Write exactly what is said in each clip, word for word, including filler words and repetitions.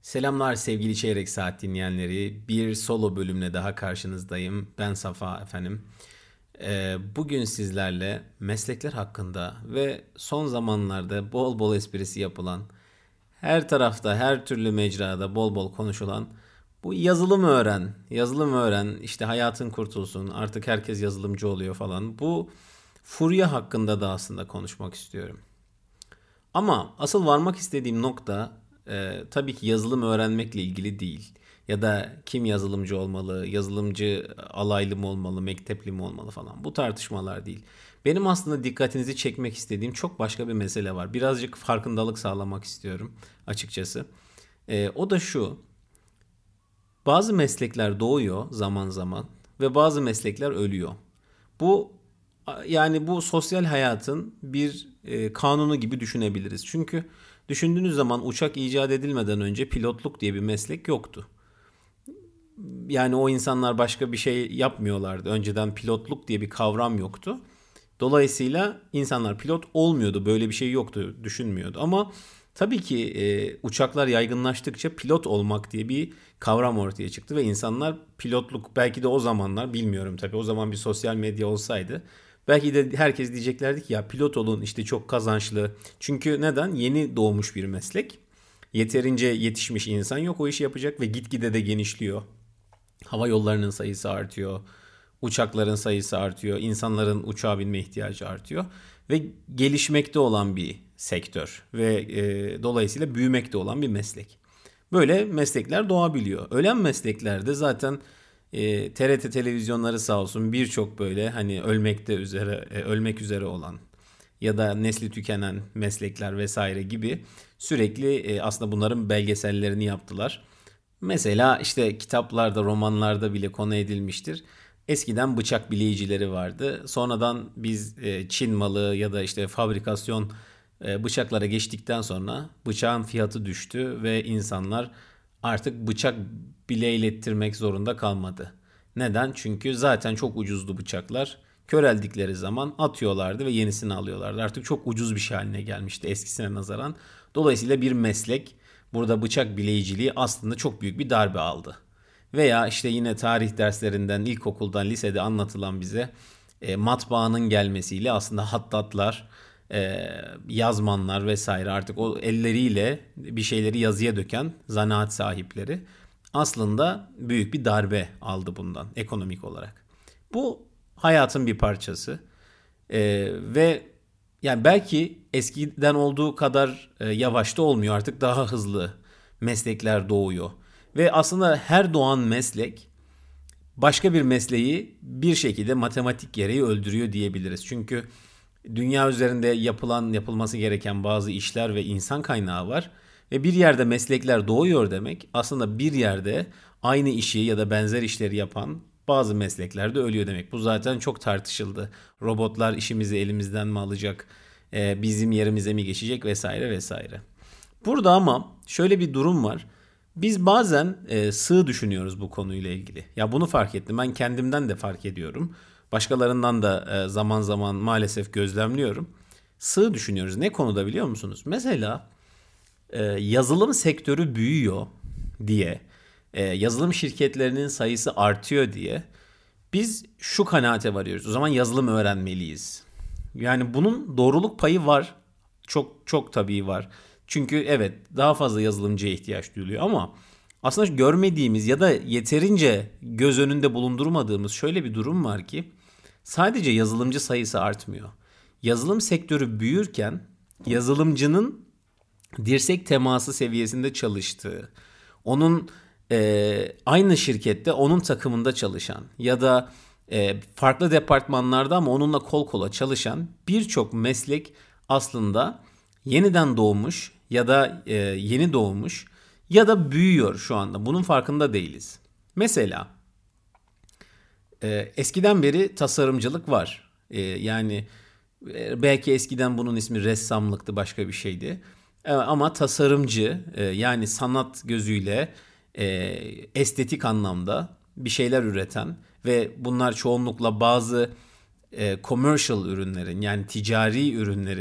Selamlar sevgili Çeyrek Saat dinleyenleri. Bir solo bölümle daha karşınızdayım. Ben Safa efendim. Ee, bugün sizlerle meslekler hakkında ve son zamanlarda bol bol esprisi yapılan, her tarafta, her türlü mecrada bol bol konuşulan bu yazılım öğren, yazılım öğren, işte hayatın kurtulsun, artık herkes yazılımcı oluyor falan. Bu furya hakkında da aslında konuşmak istiyorum. Ama asıl varmak istediğim nokta e, tabii ki yazılım öğrenmekle ilgili değil. Ya da kim yazılımcı olmalı, yazılımcı alaylı mı olmalı, mektepli mi olmalı falan. Bu tartışmalar değil. Benim aslında dikkatinizi çekmek istediğim çok başka bir mesele var. Birazcık farkındalık sağlamak istiyorum açıkçası. E, o da şu. Bazı meslekler doğuyor zaman zaman ve bazı meslekler ölüyor. Bu yani bu sosyal hayatın bir e, kanunu gibi düşünebiliriz. Çünkü düşündüğünüz zaman uçak icat edilmeden önce pilotluk diye bir meslek yoktu. Yani o insanlar başka bir şey yapmıyorlardı. Önceden pilotluk diye bir kavram yoktu. Dolayısıyla insanlar pilot olmuyordu. Böyle bir şey yoktu, düşünmüyordu. Ama tabii ki e, uçaklar yaygınlaştıkça pilot olmak diye bir kavram ortaya çıktı ve insanlar pilotluk belki de o zamanlar bilmiyorum tabii o zaman bir sosyal medya olsaydı belki de herkes diyeceklerdi ki ya pilot olun işte çok kazançlı. Çünkü neden? Yeni doğmuş bir meslek. Yeterince yetişmiş insan yok o işi yapacak ve gitgide de genişliyor. Hava yollarının sayısı artıyor. Uçakların sayısı artıyor. İnsanların uçağa binme ihtiyacı artıyor. Ve gelişmekte olan bir sektör. Ve e, dolayısıyla büyümekte olan bir meslek. Böyle meslekler doğabiliyor. Ölen mesleklerde zaten e, T R T televizyonları sağ olsun birçok böyle hani ölmekte üzere e, ölmek üzere olan ya da nesli tükenen meslekler vesaire gibi sürekli e, aslında bunların belgesellerini yaptılar. Mesela işte kitaplarda, romanlarda bile konu edilmiştir. Eskiden bıçak bileyicileri vardı. Sonradan biz e, Çin malı ya da işte fabrikasyon e, bıçaklara geçtikten sonra bıçağın fiyatı düştü ve insanlar artık bıçak bileylettirmek zorunda kalmadı. Neden? Çünkü zaten çok ucuzdu bıçaklar. Köreldikleri zaman atıyorlardı ve yenisini alıyorlardı. Artık çok ucuz bir şey haline gelmişti eskisine nazaran. Dolayısıyla bir meslek burada bıçak bileyiciliği aslında çok büyük bir darbe aldı. Veya işte yine tarih derslerinden, ilkokuldan, lisede anlatılan bize e, matbaanın gelmesiyle aslında hattatlar, e, yazmanlar vesaire artık o elleriyle bir şeyleri yazıya döken zanaat sahipleri aslında büyük bir darbe aldı bundan ekonomik olarak. Bu hayatın bir parçası. Ee, ve yani belki eskiden olduğu kadar e, yavaş da olmuyor artık daha hızlı meslekler doğuyor. Ve aslında her doğan meslek başka bir mesleği bir şekilde matematik gereği öldürüyor diyebiliriz. Çünkü dünya üzerinde yapılan yapılması gereken bazı işler ve insan kaynağı var. Ve bir yerde meslekler doğuyor demek aslında bir yerde aynı işi ya da benzer işleri yapan bazı meslekler de ölüyor demek. Bu zaten çok tartışıldı. Robotlar işimizi elimizden mi alacak, e, bizim yerimize mi geçecek vesaire vesaire. Burada ama şöyle bir durum var. Biz bazen e, sığ düşünüyoruz bu konuyla ilgili. Ya bunu fark ettim. Ben kendimden de fark ediyorum. Başkalarından da e, zaman zaman maalesef gözlemliyorum. Sığ düşünüyoruz. Ne konuda biliyor musunuz? Mesela e, yazılım sektörü büyüyor diye, e, yazılım şirketlerinin sayısı artıyor diye biz şu kanaate varıyoruz. O zaman yazılım öğrenmeliyiz. Yani bunun doğruluk payı var. Çok çok tabii var. Çünkü evet daha fazla yazılımcıya ihtiyaç duyuluyor ama aslında görmediğimiz ya da yeterince göz önünde bulundurmadığımız şöyle bir durum var ki sadece yazılımcı sayısı artmıyor. Yazılım sektörü büyürken yazılımcının dirsek teması seviyesinde çalıştığı, onun e, aynı şirkette onun takımında çalışan ya da e, farklı departmanlarda ama onunla kol kola çalışan birçok meslek aslında yeniden doğmuş ya da e, yeni doğmuş ya da büyüyor şu anda. Bunun farkında değiliz. Mesela e, eskiden beri tasarımcılık var. E, yani e, belki eskiden bunun ismi ressamlıktı, başka bir şeydi. E, ama tasarımcı e, yani sanat gözüyle e, estetik anlamda bir şeyler üreten ve bunlar çoğunlukla bazı e, commercial ürünlerin yani ticari ürünlerin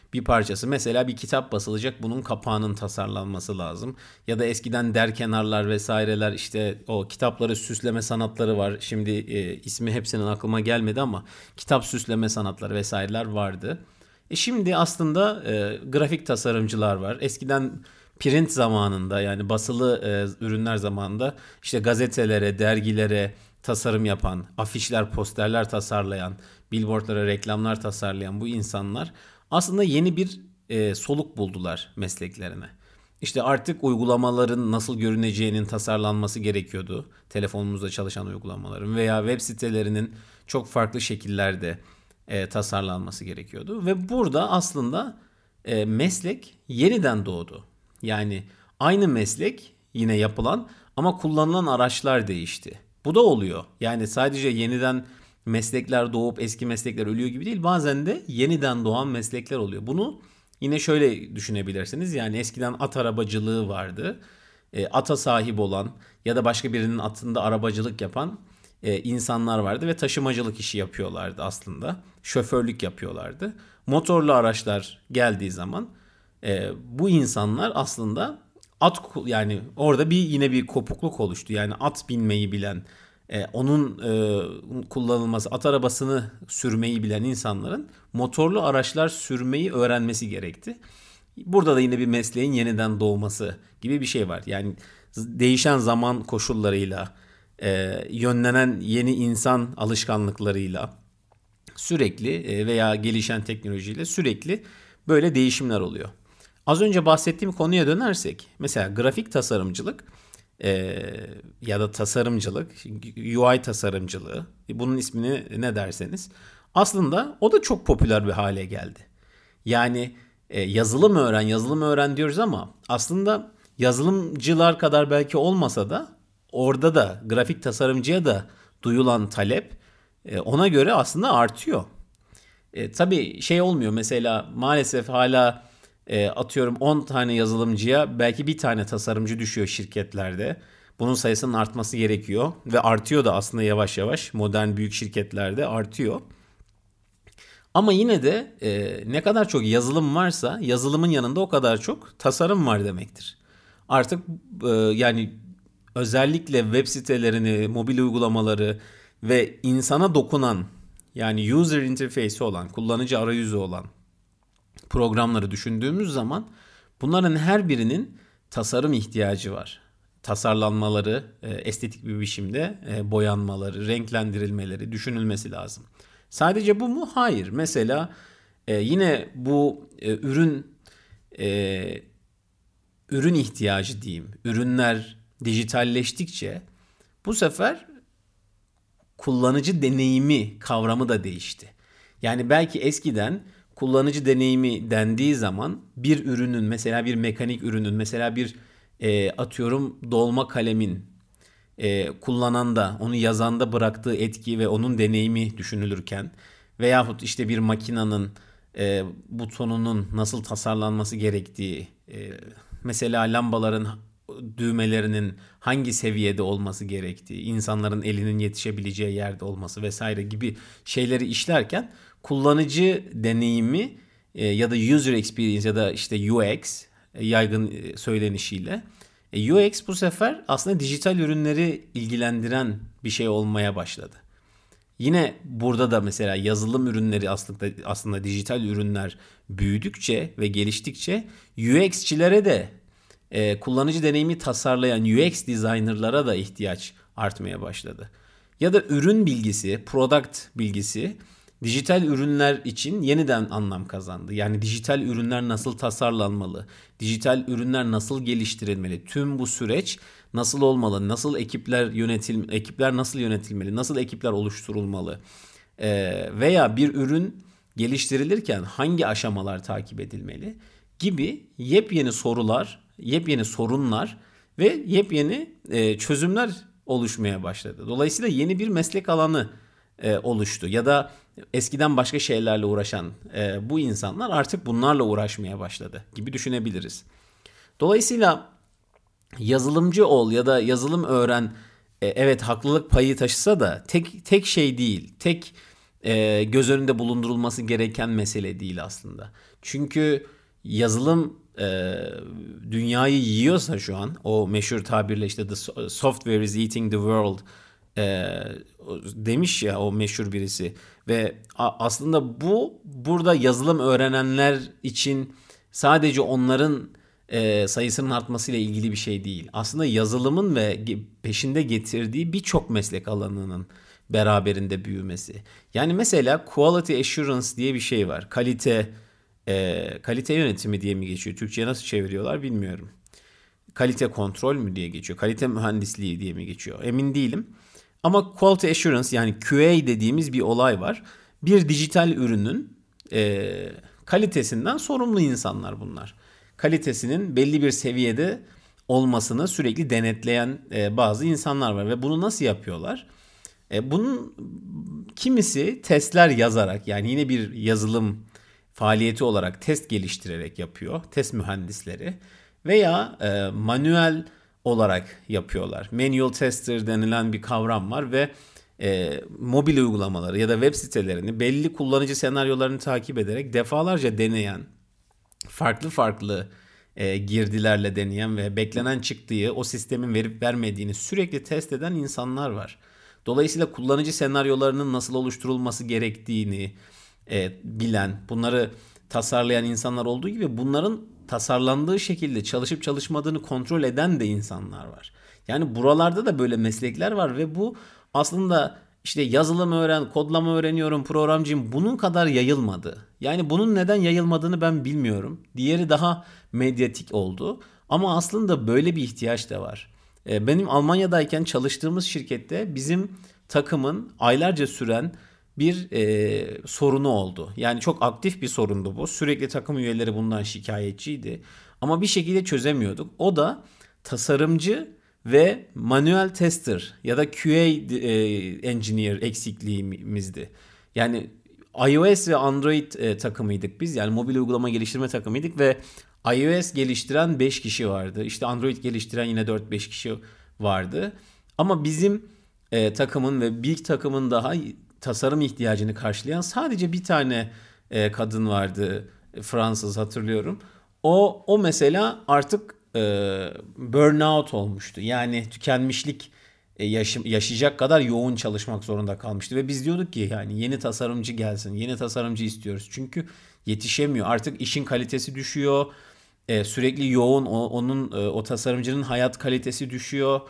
bir parçası. Mesela bir kitap basılacak, bunun kapağının tasarlanması lazım. Ya da eskiden der kenarlar vesaireler, işte o kitapları süsleme sanatları var. Şimdi e, ismi hepsinin aklıma gelmedi ama kitap süsleme sanatları vesaireler vardı. E şimdi aslında e, grafik tasarımcılar var. Eskiden print zamanında, yani basılı e, ürünler zamanında işte gazetelere, dergilere tasarım yapan, afişler, posterler tasarlayan, billboardlara reklamlar tasarlayan bu insanlar aslında yeni bir e, soluk buldular mesleklerine. İşte artık uygulamaların nasıl görüneceğinin tasarlanması gerekiyordu. Telefonumuzda çalışan uygulamaların veya web sitelerinin çok farklı şekillerde e, tasarlanması gerekiyordu. Ve burada aslında e, meslek yeniden doğdu. Yani aynı meslek yine yapılan ama kullanılan araçlar değişti. Bu da oluyor. Yani sadece yeniden meslekler doğup eski meslekler ölüyor gibi değil. Bazen de yeniden doğan meslekler oluyor. Bunu yine şöyle düşünebilirsiniz. Yani eskiden at arabacılığı vardı. E, ata sahip olan ya da başka birinin atında arabacılık yapan e, insanlar vardı ve taşımacılık işi yapıyorlardı aslında. Şoförlük yapıyorlardı. Motorlu araçlar geldiği zaman e, bu insanlar aslında at, yani orada bir yine bir kopukluk oluştu. Yani at binmeyi bilen, e, onun e, kullanılması, at arabasını sürmeyi bilen insanların motorlu araçlar sürmeyi öğrenmesi gerekti. Burada da yine bir mesleğin yeniden doğması gibi bir şey var. Yani değişen zaman koşullarıyla, e, yönlenen yeni insan alışkanlıklarıyla sürekli e, veya gelişen teknolojiyle sürekli böyle değişimler oluyor. Az önce bahsettiğim konuya dönersek, mesela grafik tasarımcılık e, ya da tasarımcılık, U I tasarımcılığı, bunun ismini ne derseniz, aslında o da çok popüler bir hale geldi. Yani e, yazılım öğren, yazılım öğren diyoruz ama aslında yazılımcılar kadar belki olmasa da orada da grafik tasarımcıya da duyulan talep e, ona göre aslında artıyor. E, tabii şey olmuyor, mesela maalesef hala e, atıyorum on tane yazılımcıya belki bir tane tasarımcı düşüyor şirketlerde. Bunun sayısının artması gerekiyor ve artıyor da aslında yavaş yavaş, modern büyük şirketlerde artıyor. Ama yine de e, ne kadar çok yazılım varsa yazılımın yanında o kadar çok tasarım var demektir. Artık e, yani özellikle web sitelerini, mobil uygulamaları ve insana dokunan, yani user interface'i olan, kullanıcı arayüzü olan programları düşündüğümüz zaman bunların her birinin tasarım ihtiyacı var. Tasarlanmaları, e, estetik bir biçimde e, boyanmaları, renklendirilmeleri düşünülmesi lazım. Sadece bu mu? Hayır. Mesela e, yine bu e, ürün e, ürün ihtiyacı diyeyim. Ürünler dijitalleştikçe bu sefer kullanıcı deneyimi kavramı da değişti. Yani belki eskiden kullanıcı deneyimi dendiği zaman bir ürünün, mesela bir mekanik ürünün, mesela bir e, atıyorum dolma kalemin e, kullanan da onu yazan da bıraktığı etki ve onun deneyimi düşünülürken veyahut işte bir makinanın e, butonunun nasıl tasarlanması gerektiği, e, mesela lambaların düğmelerinin hangi seviyede olması gerektiği, insanların elinin yetişebileceği yerde olması vesaire gibi şeyleri işlerken kullanıcı deneyimi e, ya da user experience ya da işte U X e, yaygın e, söylenişiyle e, U X bu sefer aslında dijital ürünleri ilgilendiren bir şey olmaya başladı. Yine burada da mesela yazılım ürünleri aslında aslında dijital ürünler büyüdükçe ve geliştikçe U X'çilere de e, kullanıcı deneyimi tasarlayan U X designer'lara da ihtiyaç artmaya başladı. Ya da ürün bilgisi, product bilgisi dijital ürünler için yeniden anlam kazandı. Yani dijital ürünler nasıl tasarlanmalı, dijital ürünler nasıl geliştirilmeli, tüm bu süreç nasıl olmalı, nasıl ekipler yönetil, ekipler nasıl yönetilmeli, nasıl ekipler oluşturulmalı ee, veya bir ürün geliştirilirken hangi aşamalar takip edilmeli gibi yepyeni sorular, yepyeni sorunlar ve yepyeni e, çözümler oluşmaya başladı. Dolayısıyla yeni bir meslek alanı e, oluştu ya da eskiden başka şeylerle uğraşan e, bu insanlar artık bunlarla uğraşmaya başladı gibi düşünebiliriz. Dolayısıyla yazılımcı ol ya da yazılım öğren, e, evet haklılık payı taşısa da tek tek şey değil, tek e, göz önünde bulundurulması gereken mesele değil aslında. Çünkü yazılım e, dünyayı yiyorsa şu an, o meşhur tabirle işte the software is eating the world e, demiş ya o meşhur birisi. Ve aslında bu burada yazılım öğrenenler için sadece onların e, sayısının artmasıyla ilgili bir şey değil. Aslında yazılımın ve peşinde getirdiği birçok meslek alanının beraberinde büyümesi. Yani mesela quality assurance diye bir şey var. Kalite e, kalite yönetimi diye mi geçiyor? Türkçe'ye nasıl çeviriyorlar bilmiyorum. Kalite kontrol mü diye geçiyor? Kalite mühendisliği diye mi geçiyor? Emin değilim. Ama quality assurance, yani Q A dediğimiz bir olay var. Bir dijital ürünün e, kalitesinden sorumlu insanlar bunlar. Kalitesinin belli bir seviyede olmasını sürekli denetleyen e, bazı insanlar var. Ve bunu nasıl yapıyorlar? E, bunun kimisi testler yazarak, yani yine bir yazılım faaliyeti olarak test geliştirerek yapıyor. Test mühendisleri. Veya e, manuel olarak yapıyorlar. Manual tester denilen bir kavram var ve e, mobil uygulamaları ya da web sitelerini belli kullanıcı senaryolarını takip ederek defalarca deneyen, farklı farklı e, girdilerle deneyen ve beklenen çıktığı o sistemin verip vermediğini sürekli test eden insanlar var. Dolayısıyla kullanıcı senaryolarının nasıl oluşturulması gerektiğini e, bilen, bunları tasarlayan insanlar olduğu gibi bunların tasarlandığı şekilde çalışıp çalışmadığını kontrol eden de insanlar var. Yani buralarda da böyle meslekler var ve bu aslında işte yazılım öğren, kodlama öğreniyorum, programcıyım, bunun kadar yayılmadı. Yani bunun neden yayılmadığını ben bilmiyorum. Diğeri daha medyatik oldu. Ama aslında böyle bir ihtiyaç da var. Benim Almanya'dayken çalıştığımız şirkette bizim takımın aylarca süren bir e, sorunu oldu. Yani çok aktif bir sorundu bu. Sürekli takım üyeleri bundan şikayetçiydi. Ama bir şekilde çözemiyorduk. O da tasarımcı ve manuel tester ya da Q A e, engineer eksikliğimizdi. Yani iOS ve Android e, takımıydık biz. Yani mobil uygulama geliştirme takımıydık ve iOS geliştiren beş kişi vardı. İşte Android geliştiren yine dört beş kişi vardı. Ama bizim e, takımın ve bir takımın daha tasarım ihtiyacını karşılayan sadece bir tane e, kadın vardı. Fransız, hatırlıyorum. O o mesela artık e, burnout olmuştu. Yani tükenmişlik e, yaşım, yaşayacak kadar yoğun çalışmak zorunda kalmıştı. Ve biz diyorduk ki yani yeni tasarımcı gelsin. Yeni tasarımcı istiyoruz. Çünkü yetişemiyor. Artık işin kalitesi düşüyor. E, sürekli yoğun o, onun e, o tasarımcının hayat kalitesi düşüyor.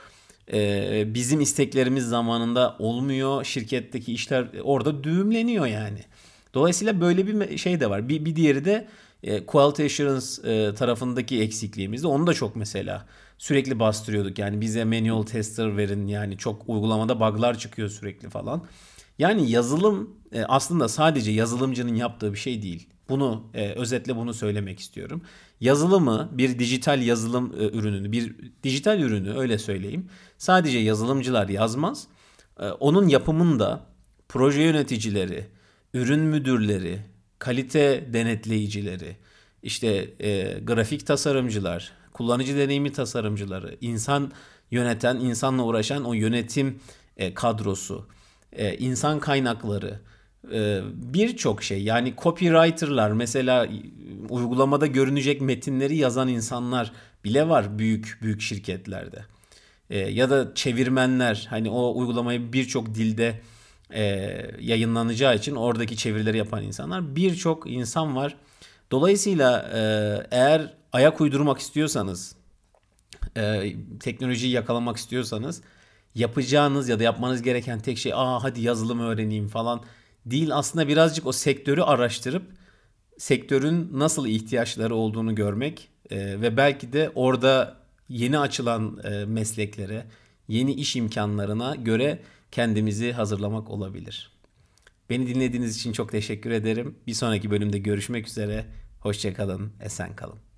E, bizim isteklerimiz zamanında olmuyor. Şirketteki işler orada düğümleniyor yani. Dolayısıyla böyle bir şey de var. Bir, bir diğeri de e, quality assurance e, tarafındaki eksikliğimizde. Onu da çok mesela sürekli bastırıyorduk. Yani bize manual tester verin. Yani çok uygulamada bug'lar çıkıyor sürekli falan. Yani yazılım e, aslında sadece yazılımcının yaptığı bir şey değil. Bunu e, özetle bunu söylemek istiyorum. Yazılımı, bir dijital yazılım e, ürününü, bir dijital ürünü öyle söyleyeyim. Sadece yazılımcılar yazmaz. E, onun yapımında proje yöneticileri, ürün müdürleri, kalite denetleyicileri, işte e, grafik tasarımcılar, kullanıcı deneyimi tasarımcıları, insan yöneten, insanla uğraşan o yönetim e, kadrosu, e, insan kaynakları, e, birçok şey. Yani copywriter'lar, mesela uygulamada görünecek metinleri yazan insanlar bile var büyük büyük şirketlerde. E, ya da çevirmenler, hani o uygulamayı birçok dilde e, yayınlanacağı için oradaki çevirileri yapan insanlar, birçok insan var. Dolayısıyla e, eğer ayak uydurmak istiyorsanız, e, teknolojiyi yakalamak istiyorsanız yapacağınız ya da yapmanız gereken tek şey aa hadi yazılım öğreneyim falan değil. Aslında birazcık o sektörü araştırıp sektörün nasıl ihtiyaçları olduğunu görmek e, ve belki de orada yeni açılan e, mesleklere, yeni iş imkanlarına göre kendimizi hazırlamak olabilir. Beni dinlediğiniz için çok teşekkür ederim. Bir sonraki bölümde görüşmek üzere. Hoşça kalın, esen kalın.